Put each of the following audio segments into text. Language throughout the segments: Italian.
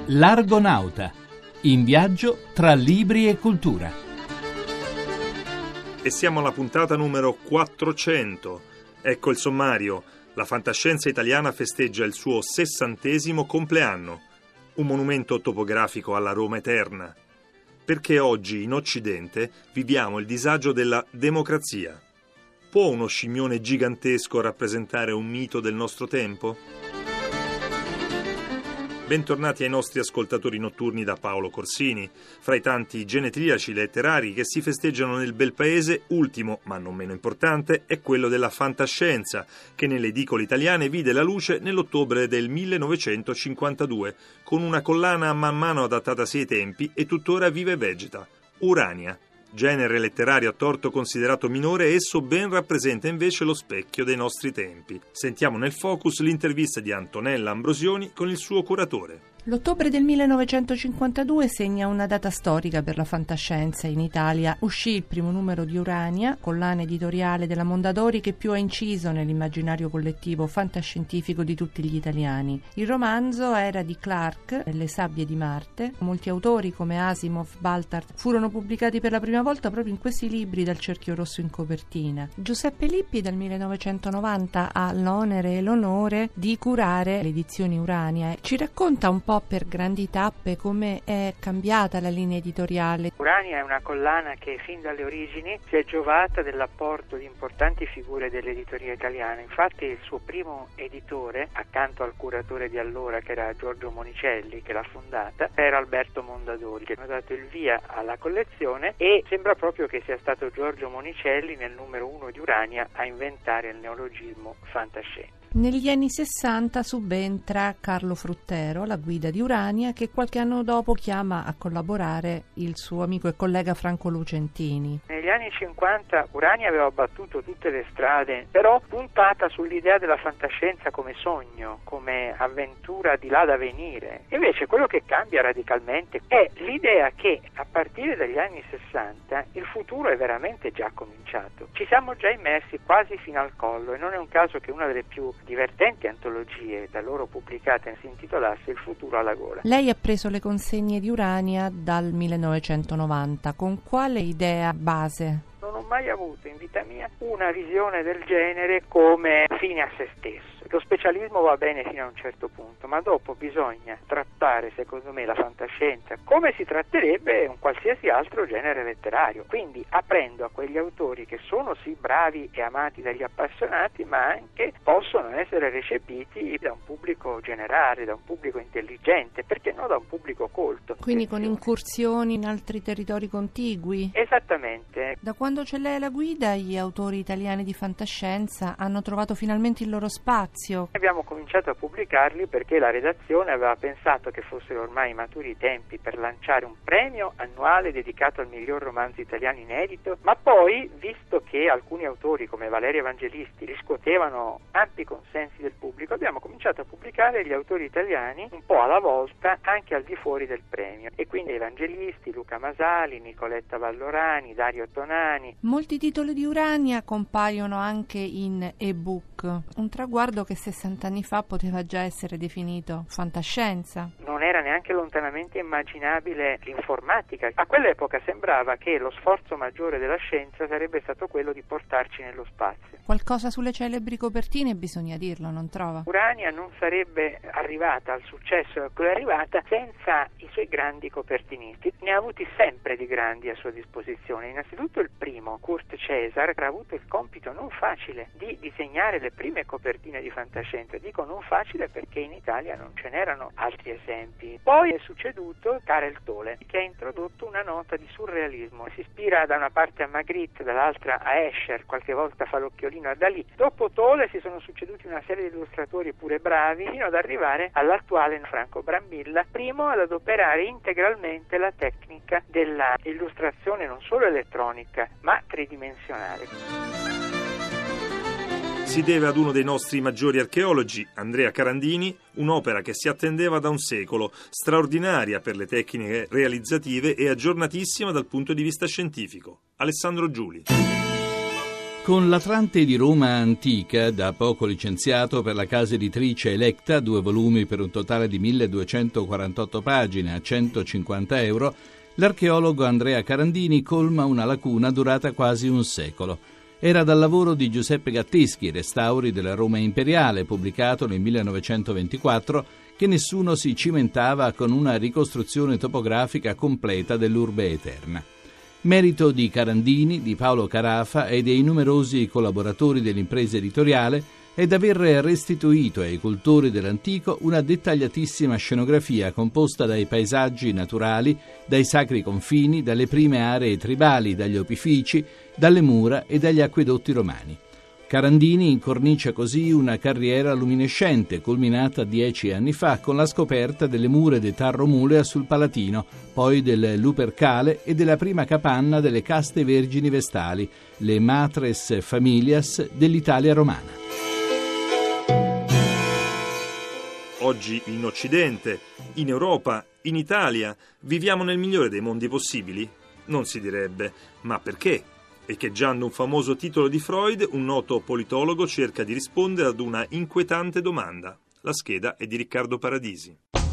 L'Argonauta, in viaggio tra libri e cultura. E siamo alla puntata numero 400. Ecco il sommario. La fantascienza italiana festeggia il suo 60° compleanno. Un monumento topografico alla Roma eterna. Perché oggi in Occidente viviamo il disagio della democrazia. Può uno scimmione gigantesco rappresentare un mito del nostro tempo? Bentornati ai nostri ascoltatori notturni da Paolo Corsini. Fra i tanti genetriaci letterari che si festeggiano nel bel paese, ultimo, ma non meno importante, è quello della fantascienza, che nelle edicole italiane vide la luce nell'ottobre del 1952, con una collana man mano adattatasi ai tempi e tuttora vive e vegeta, Urania. Genere letterario a torto considerato minore, esso ben rappresenta invece lo specchio dei nostri tempi. Sentiamo nel Focus l'intervista di Antonella Ambrosioni con il suo curatore. L'ottobre del 1952 segna una data storica per la fantascienza in Italia. Uscì il primo numero di Urania, collana editoriale della Mondadori che più ha inciso nell'immaginario collettivo fantascientifico di tutti gli italiani. Il romanzo era di Clarke, Le sabbie di Marte. Molti autori come Asimov, Baltard furono pubblicati per la prima volta proprio in questi libri dal cerchio rosso in copertina. Giuseppe Lippi dal 1990 ha l'onere e l'onore di curare le edizioni Urania. Ci racconta un po' per grandi tappe come è cambiata la linea editoriale. Urania è una collana che fin dalle origini si è giovata dell'apporto di importanti figure dell'editoria italiana. Infatti il suo primo editore, accanto al curatore di allora che era Giorgio Monicelli, che l'ha fondata, era Alberto Mondadori, che ha dato il via alla collezione, e sembra proprio che sia stato Giorgio Monicelli nel numero 1 di Urania a inventare il neologismo fantascienza. Negli anni 60 subentra Carlo Fruttero, la guida di Urania, che qualche anno dopo chiama a collaborare il suo amico e collega Franco Lucentini. Negli anni 50 Urania aveva battuto tutte le strade, però puntata sull'idea della fantascienza come sogno, come avventura di là da venire. Invece quello che cambia radicalmente è l'idea che a partire dagli anni 60 il futuro è veramente già cominciato. Ci siamo già immersi quasi fino al collo e non è un caso che una delle più divertenti antologie da loro pubblicate si intitolasse Il futuro alla gola. Lei ha preso le consegne di Urania dal 1990. Con quale idea base? Non ho mai avuto in vita mia una visione del genere come fine a se stesso. Lo specialismo va bene fino a un certo punto, ma dopo bisogna trattare, secondo me, la fantascienza come si tratterebbe un qualsiasi altro genere letterario. Quindi aprendo a quegli autori che sono sì bravi e amati dagli appassionati, ma anche possono essere recepiti da un pubblico generale, da un pubblico intelligente, perché no da un pubblico colto. Quindi con incursioni in altri territori contigui? Esattamente. Da quando c'è lei alla guida, gli autori italiani di fantascienza hanno trovato finalmente il loro spazio. Abbiamo cominciato a pubblicarli perché la redazione aveva pensato che fossero ormai maturi i tempi per lanciare un premio annuale dedicato al miglior romanzo italiano inedito, ma poi, visto che alcuni autori come Valerio Evangelisti riscuotevano ampi consensi del pubblico, abbiamo cominciato a pubblicare gli autori italiani un po' alla volta anche al di fuori del premio. E quindi Evangelisti, Luca Masali, Nicoletta Vallorani, Dario Tonani. Molti titoli di Urania compaiono anche in ebook, un traguardo che 60 anni fa poteva già essere definito fantascienza. Non era neanche lontanamente immaginabile l'informatica. A quell'epoca sembrava che lo sforzo maggiore della scienza sarebbe stato quello di portarci nello spazio. Qualcosa sulle celebri copertine bisogna dirlo, non trova? Urania non sarebbe arrivata al successo a cui è arrivata senza i suoi grandi copertinisti. Ne ha avuti sempre di grandi a sua disposizione. Innanzitutto il primo, Kurt Cesar, ha avuto il compito non facile di disegnare le prime copertine di fantascienza. Dico non facile perché in Italia non ce n'erano altri esempi. Poi è succeduto Karel Tole, che ha introdotto una nota di surrealismo. Si ispira da una parte a Magritte, dall'altra a Escher, qualche volta fa l'occhiolino a Dalì. Dopo Tole si sono succeduti una serie di illustratori pure bravi, fino ad arrivare all'attuale Franco Brambilla, primo ad adoperare integralmente la tecnica della illustrazione non solo elettronica, ma tridimensionale. Si deve ad uno dei nostri maggiori archeologi, Andrea Carandini, un'opera che si attendeva da un secolo, straordinaria per le tecniche realizzative e aggiornatissima dal punto di vista scientifico. Alessandro Giuli. Con l'Atlante di Roma antica, da poco licenziato per la casa editrice Electa, 2 volumi per un totale di 1248 pagine a 150 euro, l'archeologo Andrea Carandini colma una lacuna durata quasi un secolo. Era dal lavoro di Giuseppe Gatteschi, Restauri della Roma imperiale, pubblicato nel 1924, che nessuno si cimentava con una ricostruzione topografica completa dell'Urbe Eterna. Merito di Carandini, di Paolo Carafa e dei numerosi collaboratori dell'impresa editoriale è d'aver restituito ai cultori dell'antico una dettagliatissima scenografia composta dai paesaggi naturali, dai sacri confini, dalle prime aree tribali, dagli opifici, dalle mura e dagli acquedotti romani. Carandini incornicia così una carriera luminescente, culminata 10 anni fa con la scoperta delle mura di Tarromulea sul Palatino, poi del Lupercale e della prima capanna delle caste vergini vestali, le Matres Familias dell'Italia romana. Oggi in Occidente, in Europa, in Italia, viviamo nel migliore dei mondi possibili? Non si direbbe, ma perché? Echeggiando un famoso titolo di Freud, un noto politologo cerca di rispondere ad una inquietante domanda. La scheda è di Riccardo Paradisi.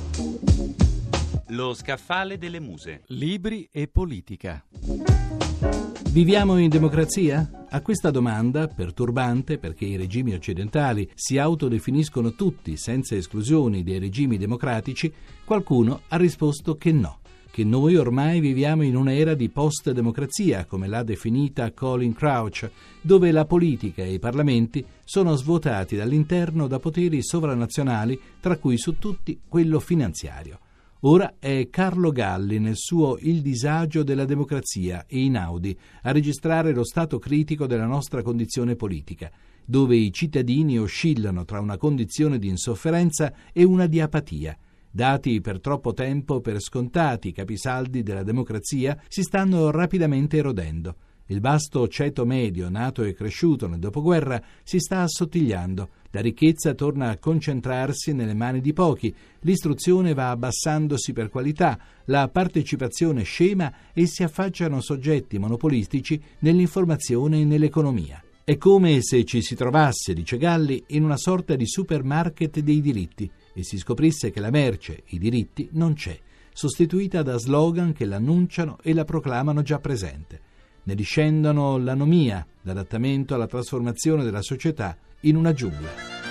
Lo scaffale delle muse. Libri e politica. Viviamo in democrazia? A questa domanda, perturbante perché i regimi occidentali si autodefiniscono tutti, senza esclusioni, dei regimi democratici, qualcuno ha risposto che no. Che noi ormai viviamo in un'era di post-democrazia, come l'ha definita Colin Crouch, dove la politica e i parlamenti sono svuotati dall'interno da poteri sovranazionali, tra cui su tutti quello finanziario. Ora è Carlo Galli nel suo Il disagio della democrazia e Einaudi a registrare lo stato critico della nostra condizione politica, dove i cittadini oscillano tra una condizione di insofferenza e una di apatia. Dati per troppo tempo per scontati, i capisaldi della democrazia si stanno rapidamente erodendo. Il vasto ceto medio, nato e cresciuto nel dopoguerra, si sta assottigliando. La ricchezza torna a concentrarsi nelle mani di pochi, l'istruzione va abbassandosi per qualità, la partecipazione scema e si affacciano soggetti monopolistici nell'informazione e nell'economia. È come se ci si trovasse, dice Galli, in una sorta di supermarket dei diritti e si scoprisse che la merce, i diritti, non c'è, sostituita da slogan che l'annunciano e la proclamano già presente. Ne discendono l'anomia, l'adattamento alla trasformazione della società in una giungla.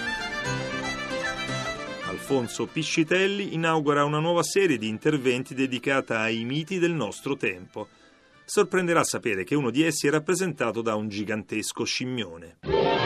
Alfonso Piscitelli inaugura una nuova serie di interventi dedicata ai miti del nostro tempo. Sorprenderà sapere che uno di essi è rappresentato da un gigantesco scimmione.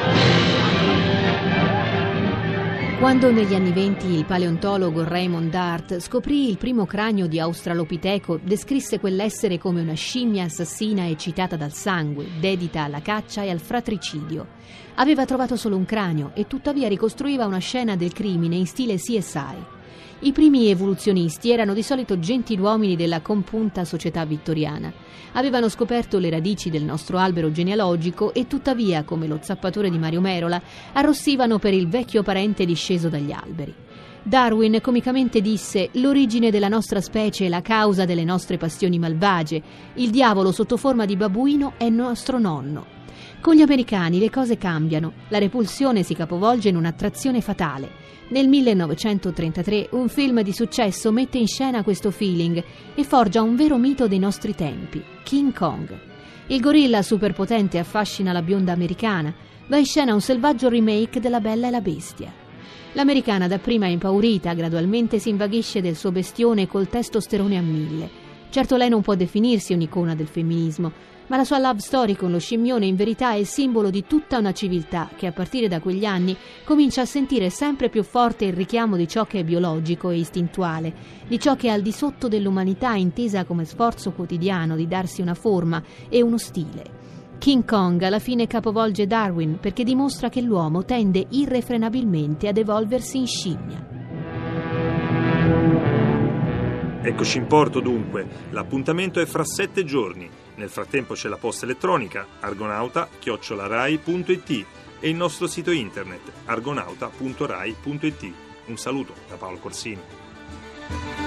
Quando negli anni '20 il paleontologo Raymond Dart scoprì il primo cranio di Australopiteco, descrisse quell'essere come una scimmia assassina eccitata dal sangue, dedita alla caccia e al fratricidio. Aveva trovato solo un cranio e tuttavia ricostruiva una scena del crimine in stile CSI. I primi evoluzionisti erano di solito gentiluomini della compunta società vittoriana. Avevano scoperto le radici del nostro albero genealogico e tuttavia, come lo zappatore di Mario Merola, arrossivano per il vecchio parente disceso dagli alberi. Darwin comicamente disse: «L'origine della nostra specie è la causa delle nostre passioni malvagie. Il diavolo sotto forma di babbuino è nostro nonno». Con gli americani le cose cambiano. La repulsione si capovolge in un'attrazione fatale. Nel 1933 un film di successo mette in scena questo feeling e forgia un vero mito dei nostri tempi, King Kong. Il gorilla superpotente affascina la bionda americana, va in scena un selvaggio remake della Bella e la Bestia. L'americana, dapprima impaurita, gradualmente si invaghisce del suo bestione col testosterone a 1000. Certo lei non può definirsi un'icona del femminismo, ma la sua love story con lo scimmione in verità è il simbolo di tutta una civiltà che a partire da quegli anni comincia a sentire sempre più forte il richiamo di ciò che è biologico e istintuale, di ciò che è al di sotto dell'umanità intesa come sforzo quotidiano di darsi una forma e uno stile. King Kong alla fine capovolge Darwin perché dimostra che l'uomo tende irrefrenabilmente ad evolversi in scimmia. Eccoci in porto dunque, l'appuntamento è fra 7 giorni. Nel frattempo c'è la posta elettronica argonauta@rai.it e il nostro sito internet argonauta.rai.it. Un saluto da Paolo Corsini.